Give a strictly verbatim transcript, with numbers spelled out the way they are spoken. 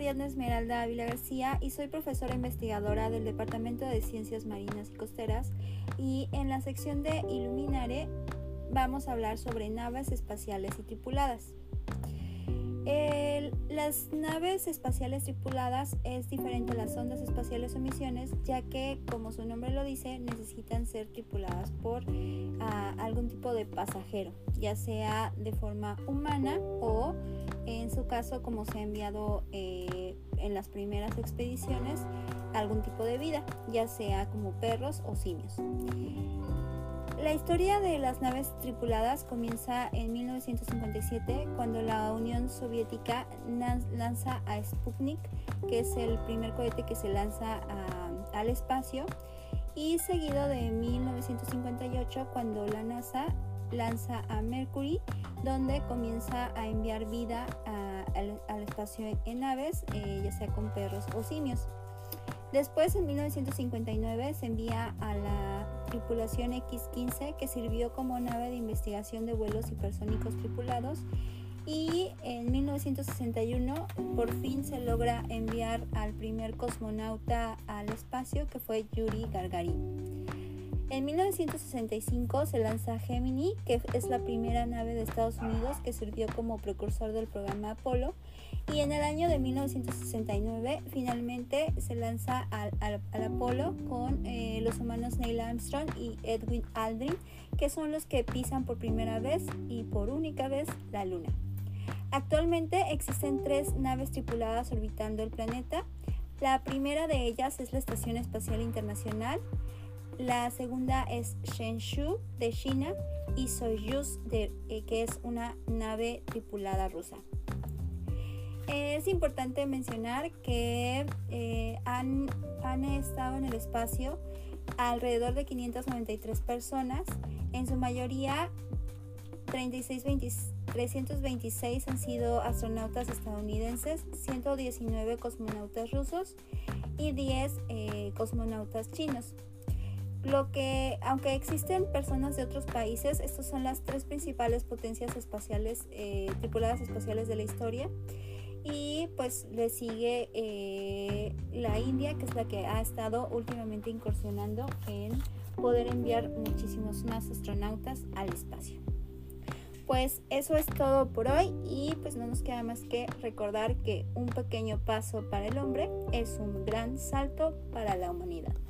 Ariadna Esmeralda Ávila García y soy profesora investigadora del Departamento de Ciencias Marinas y Costeras, y en la sección de Iluminare vamos a hablar sobre naves espaciales y tripuladas. El, las naves espaciales tripuladas es diferente a las sondas espaciales o misiones, ya que, como su nombre lo dice, necesitan ser tripuladas por uh, algún tipo de pasajero, ya sea de forma humana o, en su caso, como se ha enviado eh, en las primeras expediciones, algún tipo de vida, ya sea como perros o simios. La historia de las naves tripuladas comienza en mil novecientos cincuenta y siete, cuando la Unión Soviética lanza a Sputnik, que es el primer cohete que se lanza a, al espacio, y seguido de mil novecientos cincuenta y ocho, cuando la NASA lanza a Mercury, donde comienza a enviar vida a, al, al espacio en naves, eh, ya sea con perros o simios. Después, en mil novecientos cincuenta y nueve, se envía a la tripulación equis quince, que sirvió como nave de investigación de vuelos hipersónicos tripulados, y en mil novecientos sesenta y uno por fin se logra enviar al primer cosmonauta al espacio, que fue Yuri Gagarin. En mil novecientos sesenta y cinco se lanza Gemini, que es la primera nave de Estados Unidos que sirvió como precursor del programa Apolo, y en el año de mil novecientos sesenta y nueve finalmente se lanza al, al, al Apolo con eh, los humanos Neil Armstrong y Edwin Aldrin, que son los que pisan por primera vez y por única vez la Luna. Actualmente existen tres naves tripuladas orbitando el planeta. La primera de ellas es la Estación Espacial Internacional, la segunda es Shenzhou de China y Soyuz, de, eh, que es una nave tripulada rusa. Es importante mencionar que eh, han, han estado en el espacio alrededor de quinientas noventa y tres personas, en su mayoría trescientos veintiséis han sido astronautas estadounidenses, ciento diecinueve cosmonautas rusos y diez eh, cosmonautas chinos. Lo que, aunque existen personas de otros países, estas son las tres principales potencias espaciales, eh, tripuladas espaciales de la historia. Y pues le sigue eh, la India, que es la que ha estado últimamente incursionando en poder enviar muchísimos más astronautas al espacio. Pues eso es todo por hoy, y pues no nos queda más que recordar que un pequeño paso para el hombre es un gran salto para la humanidad.